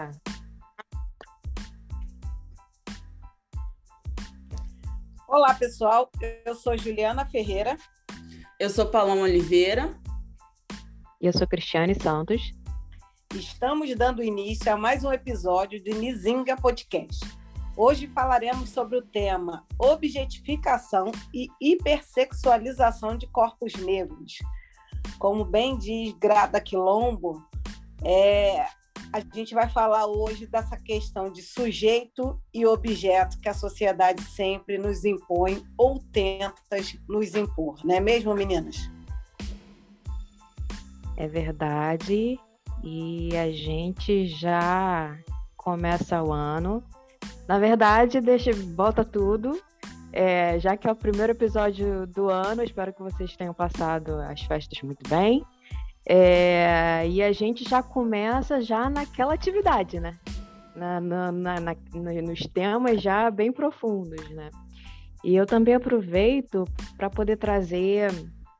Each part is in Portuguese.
Tá. Olá, pessoal. Eu sou Juliana Ferreira. Eu sou Paloma Oliveira. E eu sou Cristiane Santos. Estamos dando início a mais um episódio do Nizinga Podcast. Hoje falaremos sobre o tema objetificação e hipersexualização de corpos negros. Como bem diz Grada Quilombo, a gente vai falar hoje dessa questão de sujeito e objeto que a sociedade sempre nos impõe ou tenta nos impor, não é mesmo, meninas? É verdade, e a gente já começa o ano. Na verdade, volta tudo, já que é o primeiro episódio do ano, espero que vocês tenham passado as festas muito bem. E a gente já começa já naquela atividade, né? Nos temas já bem profundos, né? E eu também aproveito para poder trazer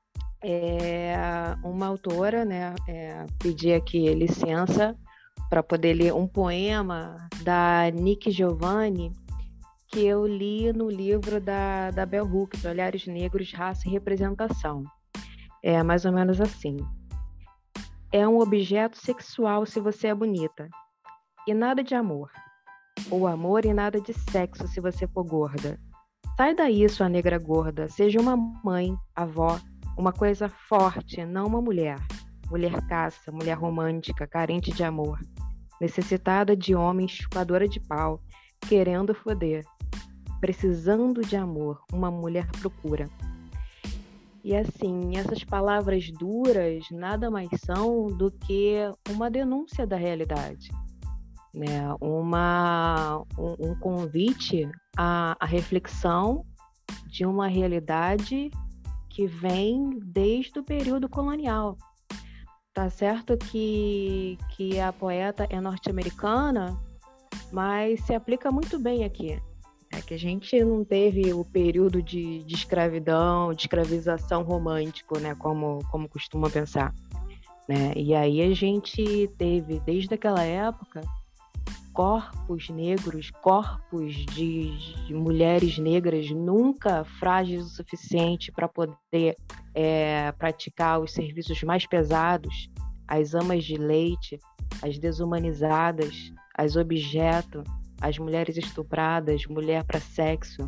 uma autora, né? Pedir aqui licença para poder ler um poema da Nick Giovanni que eu li no livro da Bell Hooks, Olhares Negros, Raça e Representação. É mais ou menos assim. É um objeto sexual se você é bonita, e nada de amor. Ou amor e nada de sexo se você for gorda. Sai daí, sua negra gorda, seja uma mãe, avó, uma coisa forte, não uma mulher. Mulher caça, mulher romântica, carente de amor. Necessitada de homem, chupadora de pau, querendo foder. Precisando de amor, uma mulher procura. E assim, essas palavras duras nada mais são do que uma denúncia da realidade, né? Um convite à reflexão de uma realidade que vem desde o período colonial. Tá certo que a poeta é norte-americana, mas se aplica muito bem aqui. É que a gente não teve o período de escravidão, de escravização romântico, né, como costuma pensar, né? E aí a gente teve, desde aquela época, corpos negros, corpos de mulheres negras nunca frágeis o suficiente para poder praticar os serviços mais pesados, as amas de leite, as desumanizadas, as objeto, as mulheres estupradas, mulher para sexo.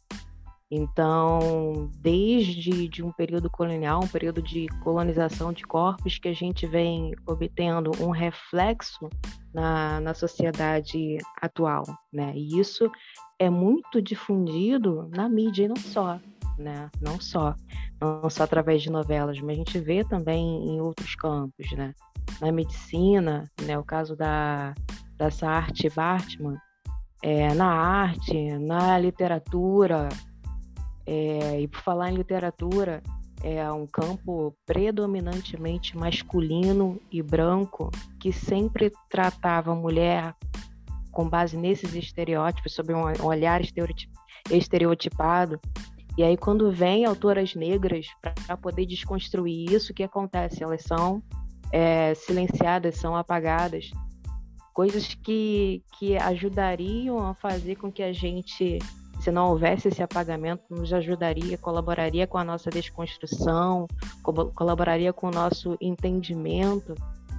Então, desde um período colonial, um período de colonização de corpos, que a gente vem obtendo um reflexo na sociedade atual, né? E isso é muito difundido na mídia e não só, né? Não só através de novelas, mas a gente vê também em outros campos, né? Na medicina, né? O caso da Saartjie Baartman, na arte, na literatura, e por falar em literatura, é um campo predominantemente masculino e branco, que sempre tratava a mulher com base nesses estereótipos, sob um olhar estereotipado. E aí, quando vem autoras negras para poder desconstruir isso, o que acontece? Elas são silenciadas, são apagadas. Coisas que ajudariam a fazer com que a gente, se não houvesse esse apagamento, nos ajudaria, colaboraria com a nossa desconstrução, colaboraria com o nosso entendimento,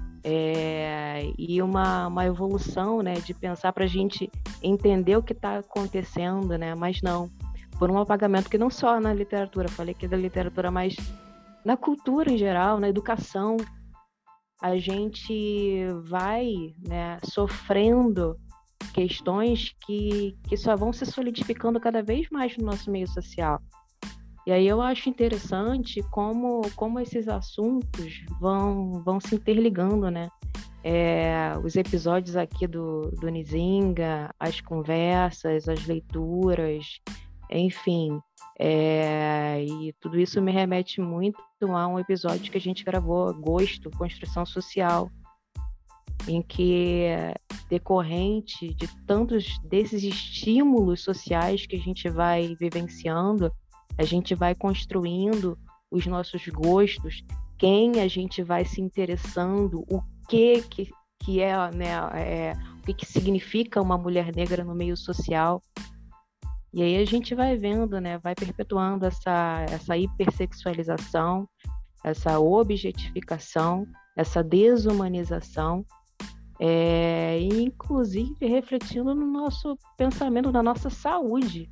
e uma evolução, né, de pensar para a gente entender o que está acontecendo, né, mas não, por um apagamento que não só na literatura, falei aqui da literatura, mas na cultura em geral, na educação. A gente vai, né, sofrendo questões que só vão se solidificando cada vez mais no nosso meio social. E aí eu acho interessante como esses assuntos vão se interligando, né? Os episódios aqui do Nizinga, as conversas, as leituras, enfim, e tudo isso me remete muito a um episódio que a gente gravou, Gosto, Construção Social, em que, decorrente de tantos desses estímulos sociais que a gente vai vivenciando, a gente vai construindo os nossos gostos, quem a gente vai se interessando, o que é, né, que significa uma mulher negra no meio social. E aí a gente vai vendo, né, vai perpetuando essa hipersexualização, essa objetificação, essa desumanização, e inclusive refletindo no nosso pensamento, na nossa saúde,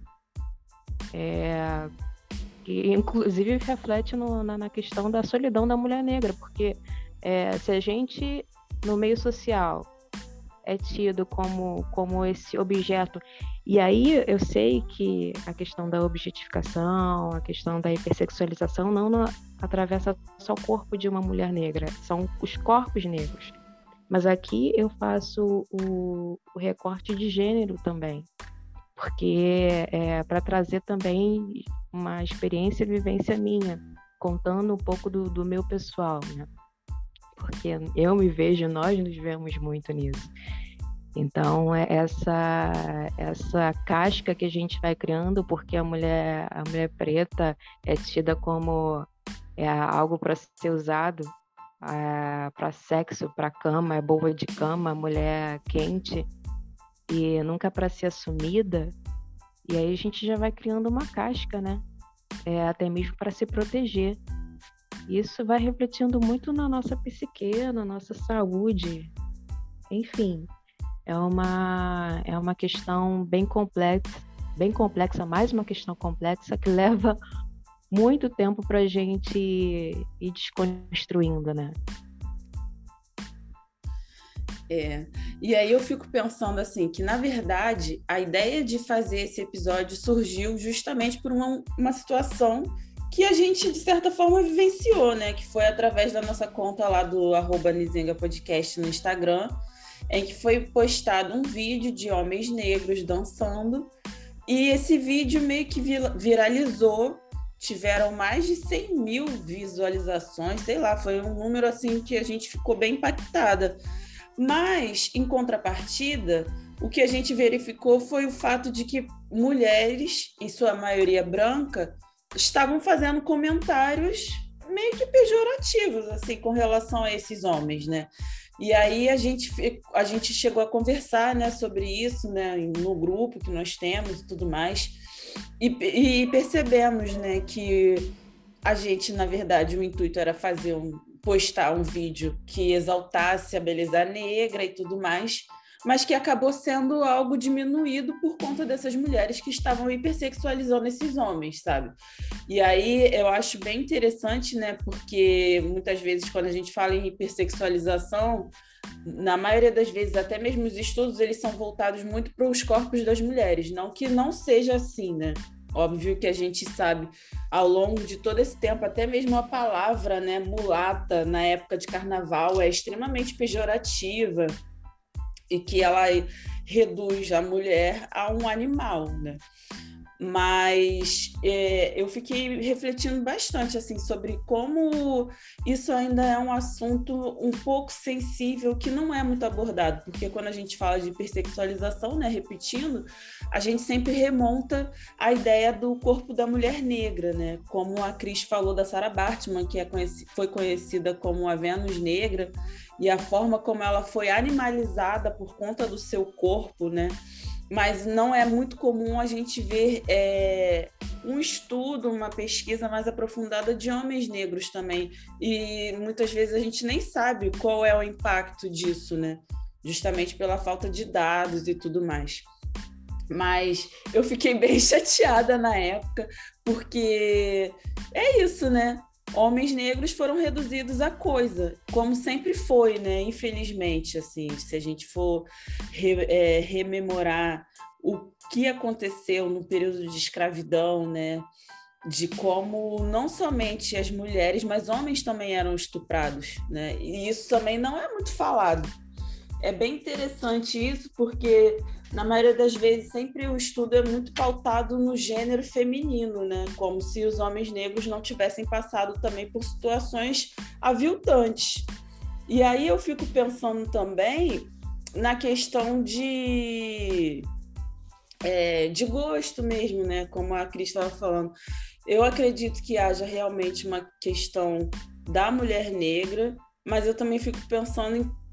que inclusive reflete na questão da solidão da mulher negra, porque se a gente, no meio social, é tido como esse objeto, e aí eu sei que a questão da objetificação, a questão da hipersexualização não atravessa só o corpo de uma mulher negra, são os corpos negros. Mas aqui eu faço o recorte de gênero também, porque para trazer também uma experiência e vivência minha, contando um pouco do meu pessoal, né? Porque eu me vejo, nós nos vemos muito nisso. Então, essa casca que a gente vai criando, porque a mulher preta é tida como algo para ser usado para sexo, para cama, é boa de cama, mulher quente, e nunca para ser assumida. E aí a gente já vai criando uma casca, né? Até mesmo para se proteger. Isso vai refletindo muito na nossa psique, na nossa saúde. Enfim, é uma questão bem complexa, mais uma questão complexa que leva muito tempo para a gente ir desconstruindo, né? E aí eu fico pensando assim, que na verdade a ideia de fazer esse episódio surgiu justamente por uma situação que a gente, de certa forma, vivenciou, né? Que foi através da nossa conta lá do @NizingaPodcast no Instagram, em que foi postado um vídeo de homens negros dançando, e esse vídeo meio que viralizou, tiveram mais de 100 mil visualizações, sei lá, foi um número assim que a gente ficou bem impactada. Mas, em contrapartida, o que a gente verificou foi o fato de que mulheres, em sua maioria branca, estavam fazendo comentários meio que pejorativos, assim, com relação a esses homens, né? E aí a gente chegou a conversar, né, sobre isso, né, no grupo que nós temos e tudo mais, e percebemos, né, que a gente, na verdade, o intuito era postar um vídeo que exaltasse a beleza negra e tudo mais, mas que acabou sendo algo diminuído por conta dessas mulheres que estavam hipersexualizando esses homens, sabe? E aí eu acho bem interessante, né? Porque muitas vezes quando a gente fala em hipersexualização, na maioria das vezes, até mesmo os estudos, eles são voltados muito para os corpos das mulheres, não que não seja assim, né? Óbvio que a gente sabe, ao longo de todo esse tempo, até mesmo a palavra, né, mulata, na época de carnaval, é extremamente pejorativa, e que ela reduz a mulher a um animal, né? Mas eu fiquei refletindo bastante assim, sobre como isso ainda é um assunto um pouco sensível, que não é muito abordado, porque quando a gente fala de hipersexualização, né, repetindo, a gente sempre remonta à ideia do corpo da mulher negra, né? Como a Cris falou da Sarah Baartman, que foi conhecida como a Vênus negra, e a forma como ela foi animalizada por conta do seu corpo, né? Mas não é muito comum a gente ver um estudo, uma pesquisa mais aprofundada de homens negros também. E muitas vezes a gente nem sabe qual é o impacto disso, né? Justamente pela falta de dados e tudo mais. Mas eu fiquei bem chateada na época, porque é isso, né? Homens negros foram reduzidos a coisa, como sempre foi, né? Infelizmente, assim, se a gente for rememorar o que aconteceu no período de escravidão, né? De como não somente as mulheres, mas homens também eram estuprados, né? E isso também não é muito falado. É bem interessante isso, porque na maioria das vezes sempre o estudo é muito pautado no gênero feminino, né? Como se os homens negros não tivessem passado também por situações aviltantes. E aí eu fico pensando também na questão de gosto mesmo, né? Como a Cris estava falando. Eu acredito que haja realmente uma questão da mulher negra, mas eu também fico pensando em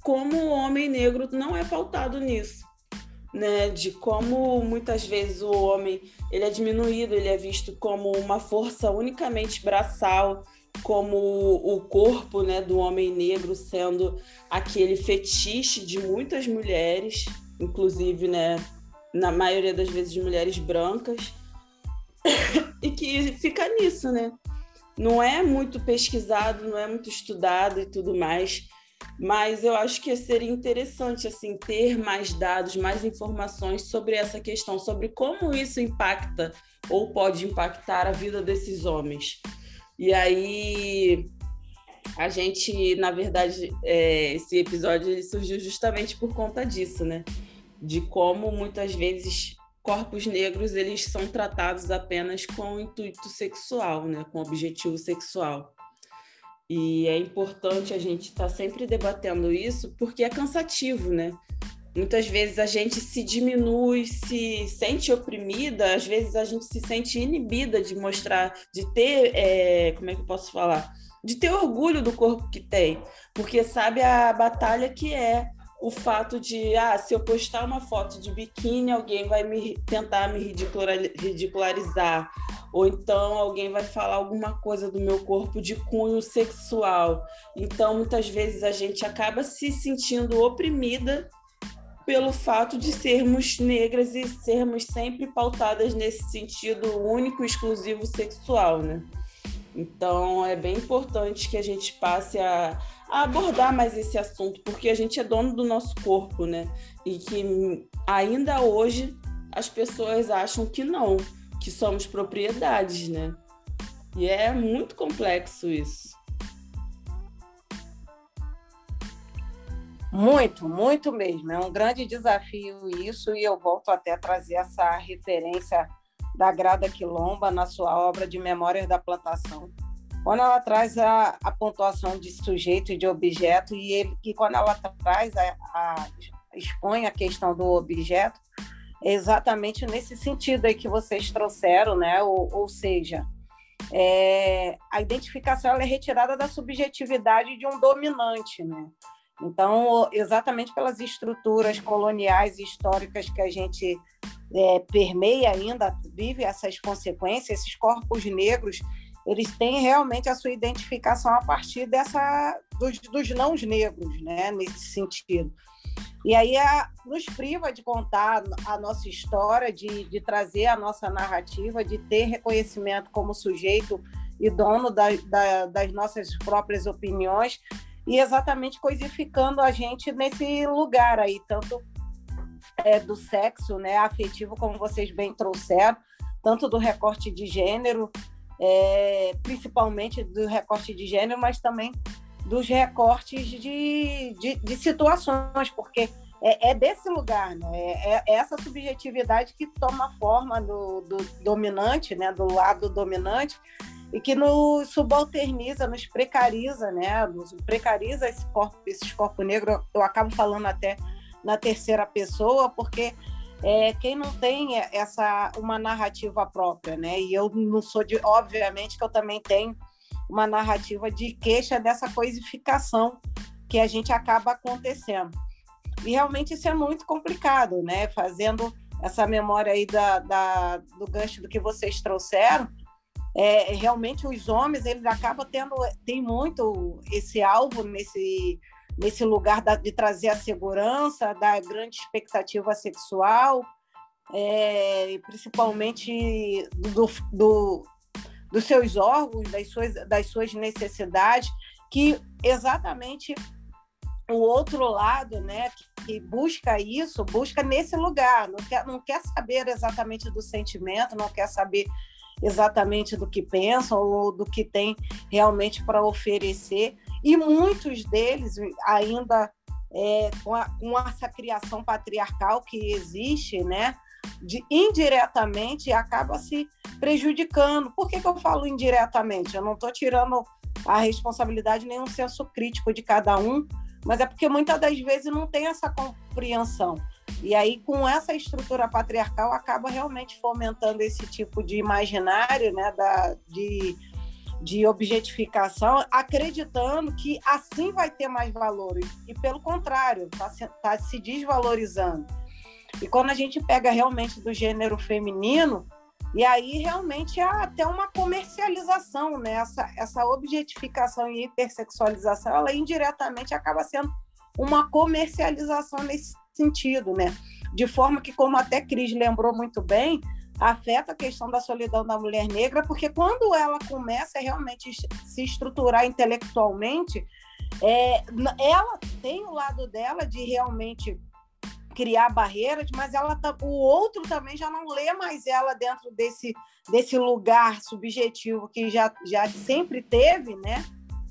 como o homem negro não é pautado nisso, né? De como muitas vezes o homem ele é diminuído, ele é visto como uma força unicamente braçal, como o corpo, né, do homem negro sendo aquele fetiche de muitas mulheres, inclusive, né, na maioria das vezes de mulheres brancas, e que fica nisso, né? Não é muito pesquisado, não é muito estudado e tudo mais, mas eu acho que seria interessante assim, ter mais dados, mais informações sobre essa questão, sobre como isso impacta ou pode impactar a vida desses homens. E aí, a gente, na verdade, esse episódio ele surgiu justamente por conta disso, né? De como muitas vezes corpos negros eles são tratados apenas com intuito sexual, né? Com objetivo sexual. E é importante a gente estar sempre debatendo isso porque é cansativo, né? Muitas vezes a gente se diminui, se sente oprimida, às vezes a gente se sente inibida de mostrar, de ter, como é que eu posso falar? De ter orgulho do corpo que tem, porque sabe a batalha que é o fato de, se eu postar uma foto de biquíni, alguém vai tentar me ridicularizar, ou então alguém vai falar alguma coisa do meu corpo de cunho sexual. Então, muitas vezes a gente acaba se sentindo oprimida pelo fato de sermos negras e sermos sempre pautadas nesse sentido único e exclusivo sexual, né? Então, é bem importante que a gente passe a abordar mais esse assunto, porque a gente é dono do nosso corpo, né? E que ainda hoje as pessoas acham que não, que somos propriedades, né? E é muito complexo isso. Muito, muito mesmo. É um grande desafio isso, e eu volto até a trazer essa referência da Grada Quilomba na sua obra de Memórias da Plantação. Quando ela traz a pontuação de sujeito e de objeto, e quando ela traz expõe a questão do objeto, é exatamente nesse sentido aí que vocês trouxeram, né? Ou seja, a identificação ela é retirada da subjetividade de um dominante, né? Então, exatamente pelas estruturas coloniais e históricas que a gente permeia ainda, vive essas consequências, esses corpos negros, eles têm realmente a sua identificação a partir dos não negros, né? Nesse sentido. E aí nos priva de contar a nossa história, de trazer a nossa narrativa, de ter reconhecimento como sujeito e dono das nossas próprias opiniões, e exatamente coisificando a gente nesse lugar aí, tanto do sexo, né, afetivo, como vocês bem trouxeram, tanto do recorte de gênero, principalmente do recorte de gênero, mas também dos recortes de situações, porque é desse lugar, né? É essa subjetividade que toma forma do dominante, né, do lado dominante, e que nos subalterniza, nos precariza, né? Nos precariza esses corpos negros. Eu acabo falando até na terceira pessoa, porque quem não tem uma narrativa própria, né? E eu não sou obviamente que eu também tenho uma narrativa de queixa dessa coisificação que a gente acaba acontecendo. E realmente isso é muito complicado, né? Fazendo essa memória aí do gancho do que vocês trouxeram, realmente os homens eles acabam tem muito esse alvo nesse lugar de trazer a segurança, da grande expectativa sexual, principalmente dos seus órgãos, das suas necessidades, que exatamente o outro lado, né, que busca isso, busca nesse lugar, não quer saber exatamente do sentimento, não quer saber exatamente do que pensam ou do que tem realmente para oferecer, e muitos deles ainda com essa criação patriarcal que existe, né, indiretamente acaba se prejudicando. Por que eu falo indiretamente? Eu não estou tirando a responsabilidade nem um senso crítico de cada um, mas é porque muitas das vezes não tem essa compreensão. E aí, com essa estrutura patriarcal, acaba realmente fomentando esse tipo de imaginário, né, de objetificação, acreditando que assim vai ter mais valor, e pelo contrário, está se desvalorizando. E quando a gente pega realmente do gênero feminino, e aí realmente há até uma comercialização, né? Essa objetificação e hipersexualização, ela indiretamente acaba sendo uma comercialização nesse sentido, né? De forma que, como até Cris lembrou muito bem, afeta a questão da solidão da mulher negra, porque quando ela começa a realmente se estruturar intelectualmente, ela tem o lado dela de realmente criar barreiras, mas o outro também já não lê mais ela dentro desse lugar subjetivo que já sempre teve, né?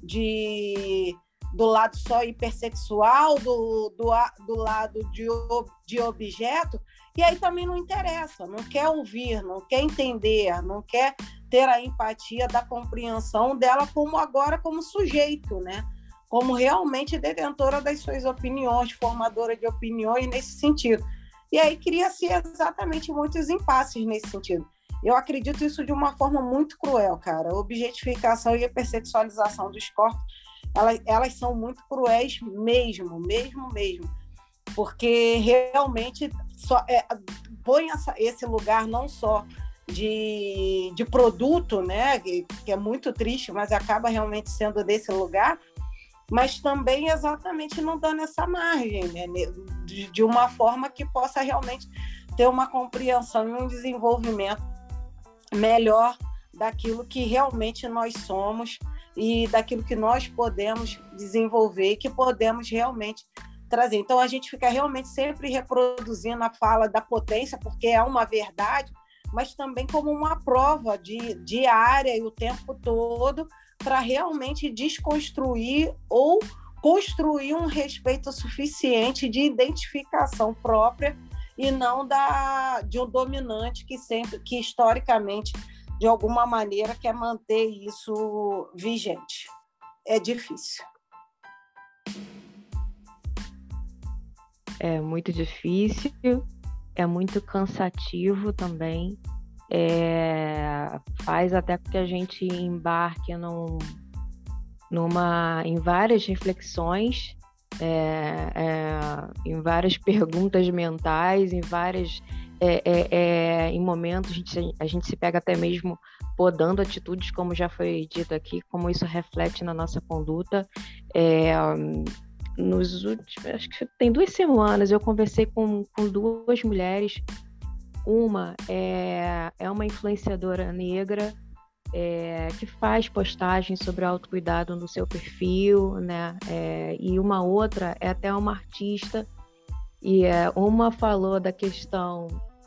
Do lado só hipersexual, do lado de objeto, e aí também não interessa, não quer ouvir, não quer entender, não quer ter a empatia da compreensão dela como sujeito, né? Como realmente detentora das suas opiniões, formadora de opiniões nesse sentido. E aí cria-se exatamente muitos impasses nesse sentido. Eu acredito isso de uma forma muito cruel, cara. A objetificação e a hipersexualização dos corpos, elas são muito cruéis mesmo. Porque realmente põe esse lugar não só de produto, né? Que é muito triste, mas acaba realmente sendo desse lugar, mas também exatamente não dando essa margem, né? De uma forma que possa realmente ter uma compreensão e um desenvolvimento melhor daquilo que realmente nós somos e daquilo que nós podemos desenvolver e que podemos realmente trazer. Então, a gente fica realmente sempre reproduzindo a fala da potência, porque é uma verdade, mas também como uma prova diária e o tempo todo, para realmente desconstruir ou construir um respeito suficiente de identificação própria e não de um dominante que historicamente, de alguma maneira, quer manter isso vigente. É difícil. É muito difícil, é muito cansativo também. Faz até que a gente embarque em várias reflexões, em várias perguntas mentais, em momentos a gente se pega até mesmo podando atitudes, como já foi dito aqui, como isso reflete na nossa conduta. Acho que tem 2 semanas, eu conversei com 2 mulheres. Uma é uma influenciadora negra que faz postagens sobre autocuidado no seu perfil, né? E uma outra é até uma artista, e uma falou da questão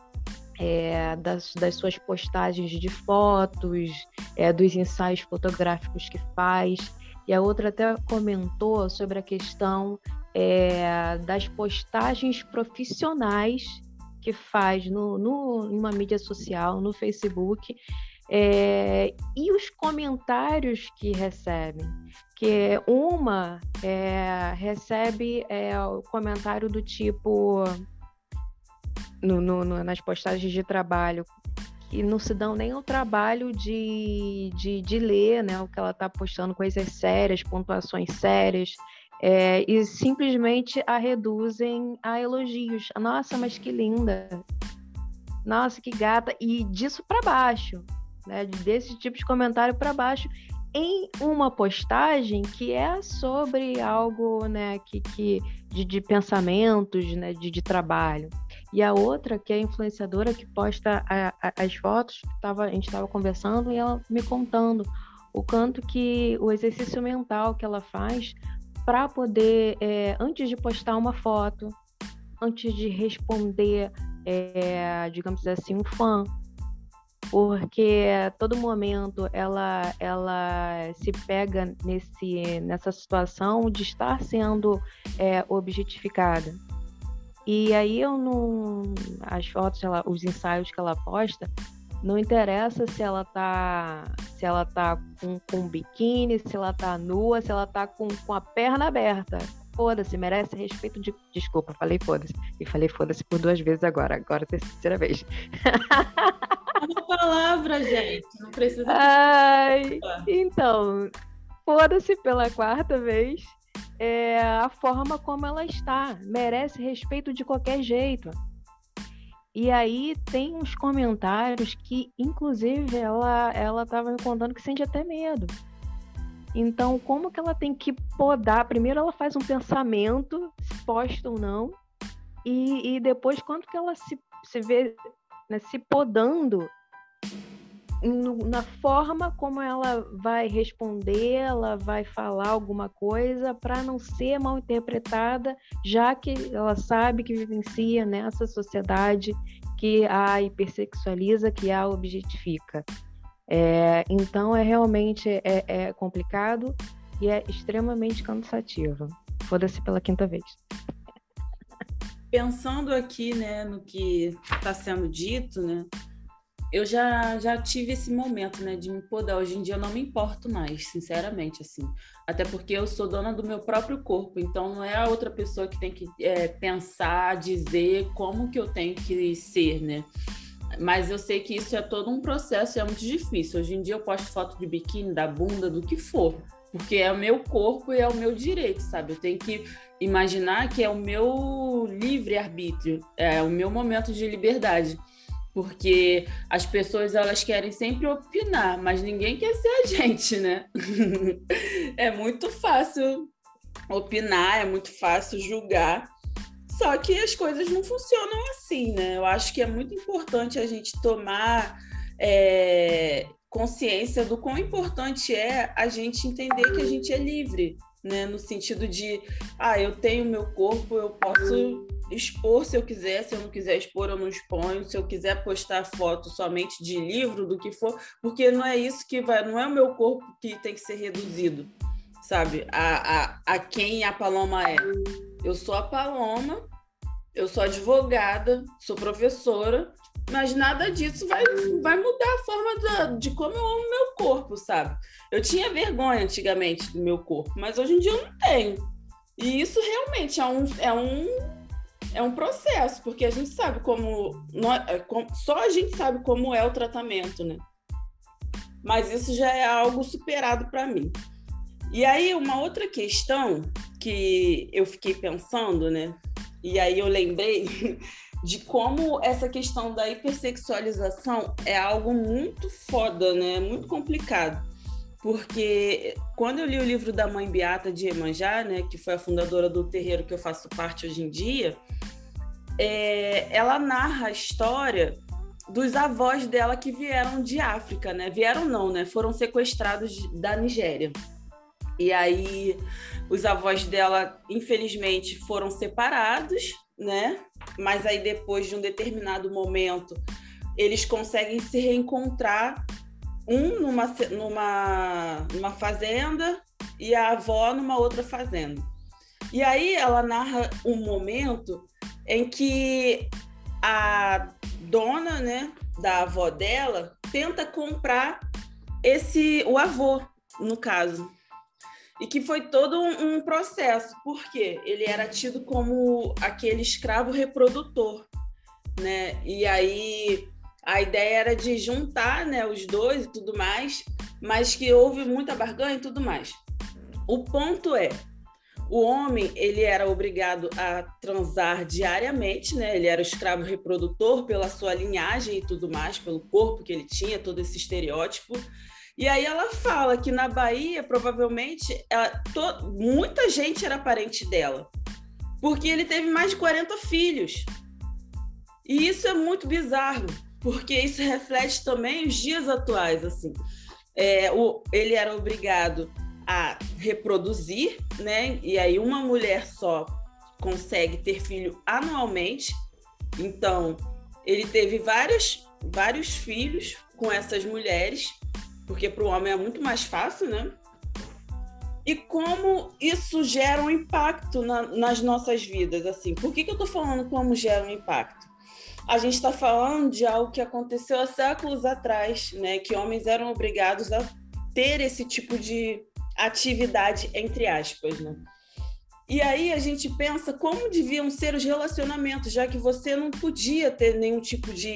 das suas postagens de fotos, dos ensaios fotográficos que faz, e a outra até comentou sobre a questão das postagens profissionais que faz em uma mídia social, no Facebook, e os comentários que recebem. Que uma recebe o comentário do tipo, nas postagens de trabalho, que não se dão nem o trabalho de ler, né, o que ela está postando, coisas sérias, pontuações sérias, e simplesmente a reduzem a elogios. Nossa, mas que linda! Nossa, que gata! E disso para baixo, né, desse tipo de comentário para baixo, em uma postagem que é sobre algo, né, de pensamentos, né, de trabalho. E a outra, que é a influenciadora, que posta as fotos, a gente estava conversando e ela me contando o exercício mental que ela faz para poder, antes de postar uma foto, antes de responder, digamos assim, um fã, porque a todo momento ela se pega nessa situação de estar sendo objetificada. E aí as fotos, os ensaios que ela posta, não interessa se ela tá com biquíni, se ela tá nua, se ela tá com a perna aberta. Foda-se, merece respeito. Desculpa, falei foda-se. E falei foda-se por 2 vezes agora é a terceira vez. É uma palavra, gente. Não precisa... Ai, então, foda-se pela quarta vez. A forma como ela está. Merece respeito de qualquer jeito. E aí tem uns comentários que, inclusive, ela estava me contando que sente até medo. Então, como que ela tem que podar? Primeiro ela faz um pensamento, se posta ou não, e depois quanto que ela se vê, né, se podando na forma como ela vai responder, ela vai falar alguma coisa para não ser mal interpretada, já que ela sabe que vivencia nessa sociedade que a hipersexualiza, que a objetifica. Então realmente é complicado e é extremamente cansativo. Foda-se pela quinta vez. Pensando aqui, né, no que está sendo dito, né, eu já tive esse momento, né, de me podar. Hoje em dia eu não me importo mais, sinceramente, assim. Até porque eu sou dona do meu próprio corpo, então não é a outra pessoa que tem que pensar, dizer como que eu tenho que ser, né? Mas eu sei que isso é todo um processo e é muito difícil. Hoje em dia eu posto foto de biquíni, da bunda, do que for, porque é o meu corpo e é o meu direito, sabe? Eu tenho que imaginar que é o meu livre-arbítrio, é o meu momento de liberdade. Porque as pessoas, elas querem sempre opinar, mas ninguém quer ser a gente, né? É muito fácil opinar, é muito fácil julgar, só que as coisas não funcionam assim, né? Eu acho que é muito importante a gente tomar consciência do quão importante é a gente entender que a gente é livre, né? No sentido de, eu tenho meu corpo, eu posso expor se eu quiser, se eu não quiser expor, eu não exponho, se eu quiser postar foto somente de livro, do que for, porque não é isso que vai, não é o meu corpo que tem que ser reduzido, sabe? A quem a Paloma é. Eu sou a Paloma, eu sou advogada, sou professora, mas nada disso vai mudar a forma de como eu amo meu corpo, sabe? Eu tinha vergonha antigamente do meu corpo, mas hoje em dia eu não tenho. E isso realmente é um processo, porque a gente sabe só a gente sabe como é o tratamento, né? Mas isso já é algo superado para mim. E aí, uma outra questão que eu fiquei pensando, né? E aí eu lembrei de como essa questão da hipersexualização é algo muito foda, né? Muito complicado. Porque quando eu li o livro da Mãe Beata de Iemanjá, né, que foi a fundadora do terreiro que eu faço parte hoje em dia, ela narra a história dos avós dela que vieram de África, né? Vieram não, né? Foram sequestrados da Nigéria. E aí os avós dela, infelizmente, foram separados, né? Mas aí depois de um determinado momento, eles conseguem se reencontrar, numa fazenda e a avó numa outra fazenda. E aí ela narra um momento em que a dona, né, da avó dela tenta comprar o avô, no caso. E que foi todo um processo, porque ele era tido como aquele escravo reprodutor, né? E aí a ideia era de juntar, né, os dois e tudo mais, mas que houve muita barganha e tudo mais. O ponto é, o homem, ele era obrigado a transar diariamente, né? Ele era o escravo reprodutor pela sua linhagem e tudo mais, pelo corpo que ele tinha, todo esse estereótipo. E aí ela fala que na Bahia, provavelmente, muita gente era parente dela, porque ele teve mais de 40 filhos. E isso é muito bizarro, porque isso reflete também os dias atuais, assim. Ele era obrigado a reproduzir, né? E aí uma mulher só consegue ter filho anualmente. Então, ele teve vários filhos com essas mulheres, porque para o homem é muito mais fácil, né? E como isso gera um impacto nas nossas vidas, assim. Por que eu estou falando como gera um impacto? A gente está falando de algo que aconteceu há séculos atrás, né? Que homens eram obrigados a ter esse tipo de atividade, entre aspas, né? E aí a gente pensa como deviam ser os relacionamentos, já que você não podia ter nenhum tipo de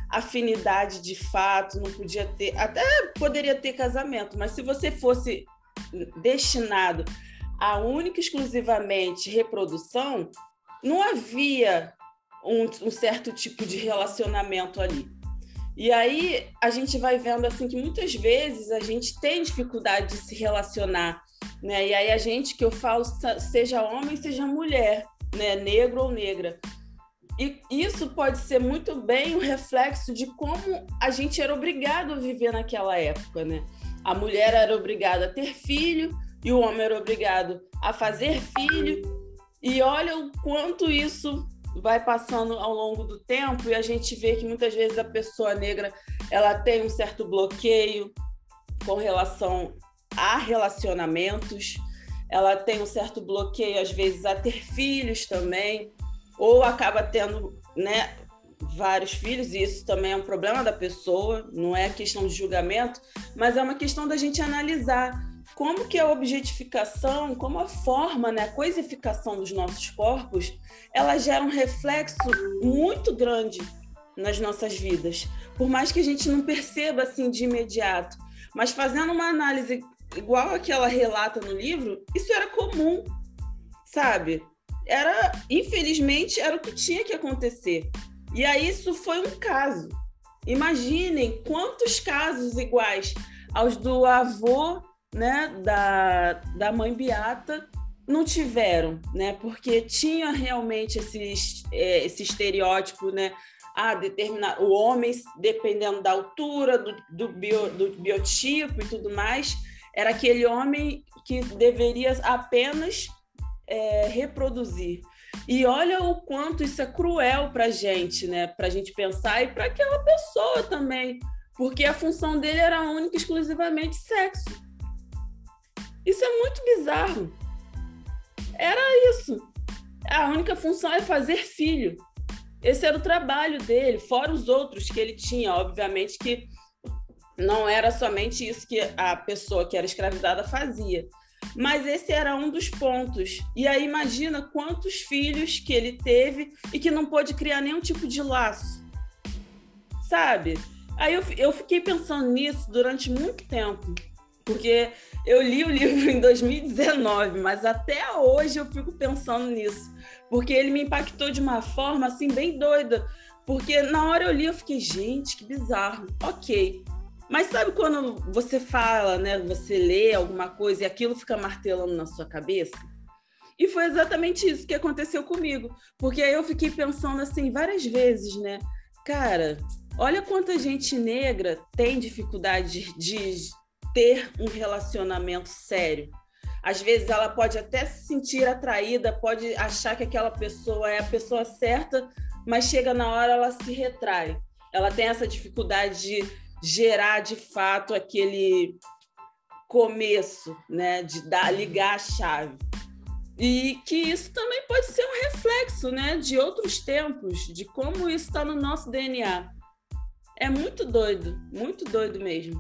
afinidade de fato, não podia ter, até poderia ter casamento, mas se você fosse destinado a única e exclusivamente reprodução, não havia um certo tipo de relacionamento ali. E aí a gente vai vendo assim que muitas vezes a gente tem dificuldade de se relacionar, né? E aí a gente, que eu falo, seja homem, seja mulher, né? Negro ou negra. E isso pode ser muito bem um reflexo de como a gente era obrigado a viver naquela época, né? A mulher era obrigada a ter filho e o homem era obrigado a fazer filho. E olha o quanto isso vai passando ao longo do tempo, e a gente vê que muitas vezes a pessoa negra ela tem um certo bloqueio com relação a relacionamentos, ela tem um certo bloqueio às vezes a ter filhos também, ou acaba tendo, né, vários filhos, e isso também é um problema da pessoa, não é questão de julgamento, mas é uma questão da gente analisar como que a objetificação, como a forma, né, a coisificação dos nossos corpos, ela gera um reflexo muito grande nas nossas vidas. Por mais que a gente não perceba assim de imediato, mas fazendo uma análise igual a que ela relata no livro, isso era comum, sabe? Infelizmente, era o que tinha que acontecer. E aí isso foi um caso. Imaginem quantos casos iguais aos do avô, né, da mãe Beata não tiveram, né, porque tinha realmente esse estereótipo, né, o homem, dependendo da altura, do biotipo e tudo mais, era aquele homem que deveria apenas reproduzir. E olha o quanto isso é cruel para a gente, né, para a gente pensar, e para aquela pessoa também, porque a função dele era única e exclusivamente sexo. Isso é muito bizarro. Era isso. A única função é fazer filho. Esse era o trabalho dele, fora os outros que ele tinha. Obviamente que não era somente isso que a pessoa que era escravizada fazia. Mas esse era um dos pontos. E aí imagina quantos filhos que ele teve e que não pôde criar nenhum tipo de laço. Sabe? Aí eu fiquei pensando nisso durante muito tempo. Porque eu li o livro em 2019, mas até hoje eu fico pensando nisso, porque ele me impactou de uma forma assim bem doida, porque na hora eu li eu fiquei, gente, que bizarro, ok. Mas sabe quando você fala, né, você lê alguma coisa e aquilo fica martelando na sua cabeça? E foi exatamente isso que aconteceu comigo, porque aí eu fiquei pensando assim várias vezes, né, cara, olha quanta gente negra tem dificuldade de ter um relacionamento sério. Às vezes ela pode até se sentir atraída, pode achar que aquela pessoa é a pessoa certa, mas chega na hora ela se retrai. Ela tem essa dificuldade de gerar de fato aquele começo, né, de ligar a chave. E que isso também pode ser um reflexo, né, de outros tempos, de como isso está no nosso DNA. É muito doido mesmo.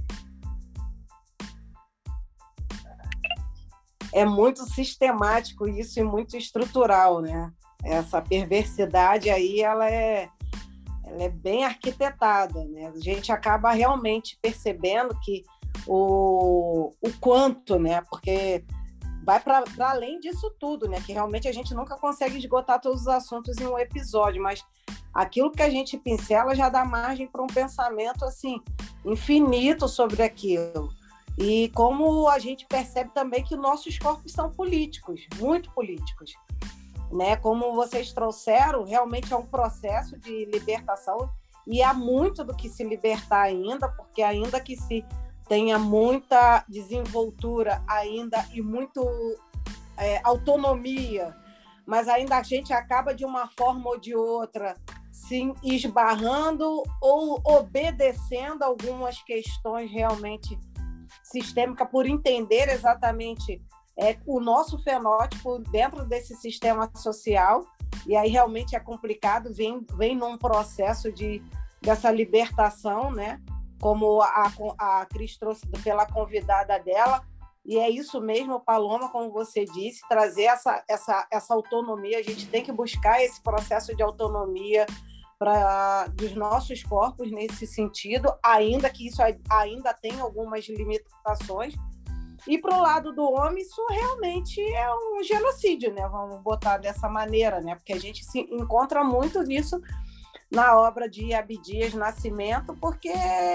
É muito sistemático isso e muito estrutural, né? Essa perversidade aí, ela é bem arquitetada, né? A gente acaba realmente percebendo que o quanto, né? Porque vai para além disso tudo, né? Que realmente a gente nunca consegue esgotar todos os assuntos em um episódio, mas aquilo que a gente pincela já dá margem para um pensamento assim infinito sobre aquilo. E como a gente percebe também que nossos corpos são políticos, muito políticos, né? Como vocês trouxeram, realmente é um processo de libertação e há muito do que se libertar ainda, porque ainda que se tenha muita desenvoltura ainda e muito autonomia, mas ainda a gente acaba de uma forma ou de outra se esbarrando ou obedecendo algumas questões realmente sistêmica por entender exatamente o nosso fenótipo dentro desse sistema social, e aí realmente é complicado, vem num processo dessa libertação, né? Como a Cris trouxe pela convidada dela, e é isso mesmo, Paloma, como você disse, trazer essa autonomia, a gente tem que buscar esse processo de autonomia dos nossos corpos nesse sentido, ainda que isso ainda tem algumas limitações. E para o lado do homem, isso realmente é um genocídio, né? Vamos botar dessa maneira, né? Porque a gente se encontra muito nisso na obra de Abdias Nascimento, porque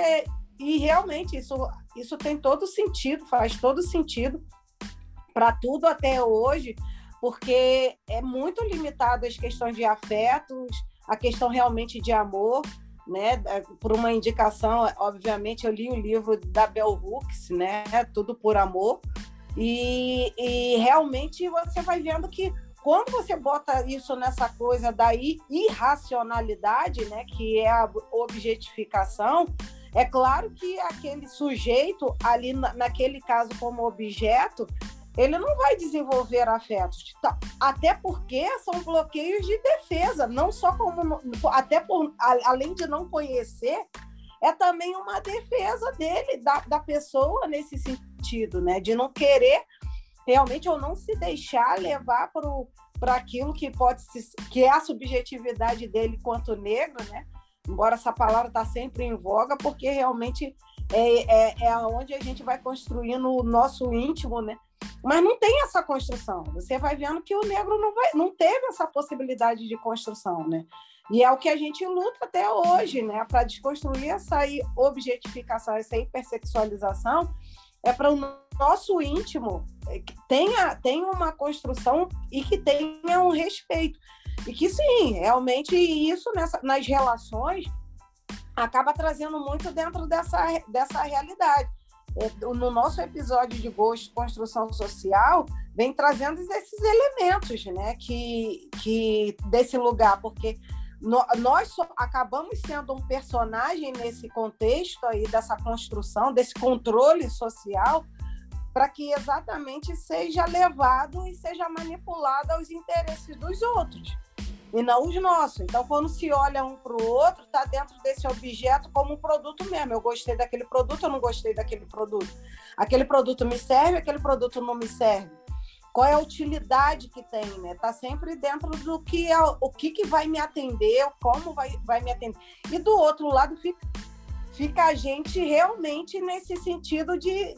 e realmente isso tem todo sentido, faz todo sentido para tudo até hoje, porque é muito limitado as questões de afetos, a questão realmente de amor, né? Por uma indicação, obviamente, eu li o livro da Bell Hooks, né? Tudo por Amor, e realmente você vai vendo que quando você bota isso nessa coisa da irracionalidade, né? Que é a objetificação, é claro que aquele sujeito ali, naquele caso como objeto, ele não vai desenvolver afetos, até porque são bloqueios de defesa, não só como, além de não conhecer, é também uma defesa dele, da pessoa nesse sentido, né? De não querer realmente ou não se deixar levar para aquilo que que é a subjetividade dele quanto negro, né? Embora essa palavra está sempre em voga, porque realmente é onde a gente vai construindo o nosso íntimo, né? Mas não tem essa construção. Você vai vendo que o negro não teve essa possibilidade de construção, né? E é o que a gente luta até hoje, né? Para desconstruir essa objetificação, essa hipersexualização, é para o nosso íntimo tenha uma construção e que tenha um respeito. E que sim, realmente isso nas relações acaba trazendo muito dentro dessa realidade. No nosso episódio de Gosto, Construção Social, vem trazendo esses elementos, né, que desse lugar, porque nós acabamos sendo um personagem nesse contexto aí dessa construção, desse controle social, para que exatamente seja levado e seja manipulado aos interesses dos outros, e não os nossos. Então, quando se olha um para o outro, está dentro desse objeto como um produto mesmo. Eu gostei daquele produto, eu não gostei daquele produto. Aquele produto me serve, aquele produto não me serve. Qual é a utilidade que tem, né? Está sempre dentro do que o que vai me atender, como vai me atender. E do outro lado fica a gente realmente nesse sentido de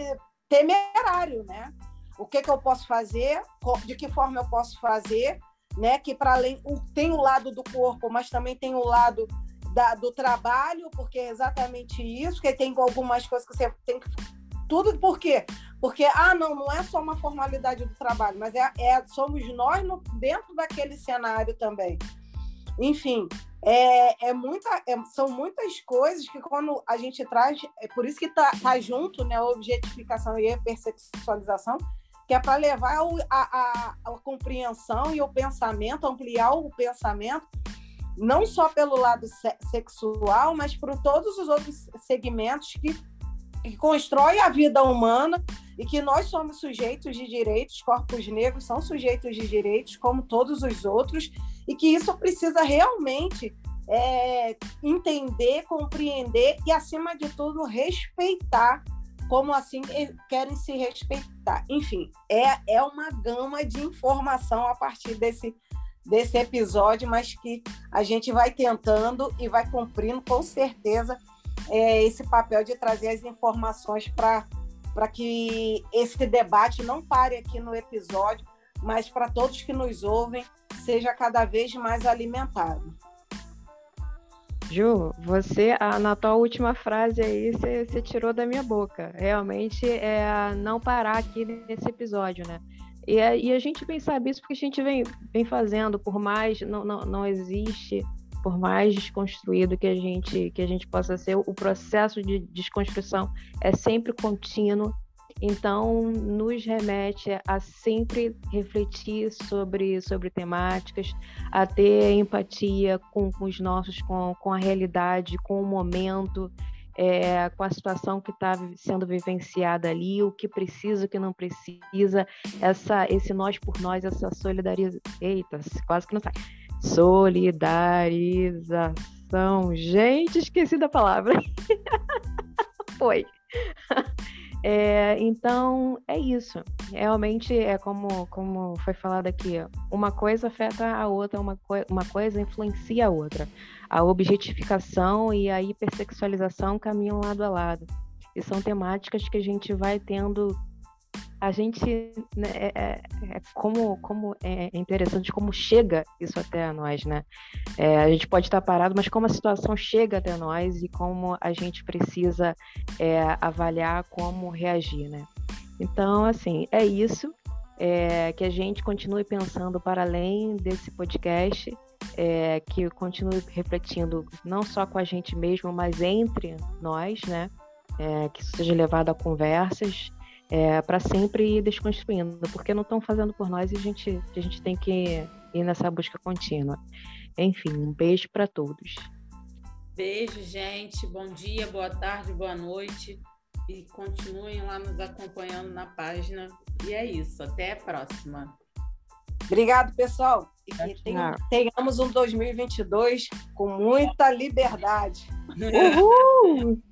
temerário, né? O que eu posso fazer, de que forma eu posso fazer, né? Que para além tem o lado do corpo, mas também tem o lado do trabalho, porque é exatamente isso, que tem algumas coisas que você tem que... Tudo por quê? Porque, não é só uma formalidade do trabalho, mas somos nós dentro daquele cenário também. Enfim, são muitas coisas que quando a gente traz, é por isso que tá junto, né, a objetificação e a hipersexualização, que é para levar a compreensão e o pensamento, ampliar o pensamento, não só pelo lado sexual, mas por todos os outros segmentos que constrói a vida humana e que nós somos sujeitos de direitos, corpos negros são sujeitos de direitos como todos os outros, e que isso precisa realmente entender, compreender e, acima de tudo, respeitar, como assim querem se respeitar. Enfim, é uma gama de informação a partir desse episódio, mas que a gente vai tentando e vai cumprindo com certeza esse papel de trazer as informações para que esse debate não pare aqui no episódio, mas para todos que nos ouvem, seja cada vez mais alimentado. Ju, você, na tua última frase aí, você tirou da minha boca. Realmente é não parar aqui nesse episódio, né? E a gente bem sabe isso porque a gente vem fazendo, por mais não existe, por mais desconstruído que a gente possa ser, o processo de desconstrução é sempre contínuo. Então, nos remete a sempre refletir sobre temáticas, a ter empatia com os nossos, com a realidade, com o momento, com a situação que está sendo vivenciada ali, o que precisa, o que não precisa, esse nós por nós, essa solidarização. Eita, quase que não sai. Solidarização. Gente, esqueci da palavra. Foi. Então, é isso. Realmente, é como foi falado aqui, uma coisa afeta a outra, uma coisa influencia a outra. A objetificação e a hipersexualização caminham lado a lado. E são temáticas que a gente vai tendo. A gente, né, como é interessante como chega isso até nós, né? A gente pode estar parado, mas como a situação chega até nós e como a gente precisa avaliar como reagir, né? Então, assim, é isso. Que a gente continue pensando para além desse podcast, que continue refletindo não só com a gente mesmo, mas entre nós, né? Que isso seja levado a conversas, para sempre ir desconstruindo, porque não estão fazendo por nós e a gente tem que ir nessa busca contínua. Enfim, um beijo para todos. Beijo, gente. Bom dia, boa tarde, boa noite. E continuem lá nos acompanhando na página. E é isso. Até a próxima. Obrigado, pessoal. E que tenhamos um 2022 com muita liberdade. Uhul!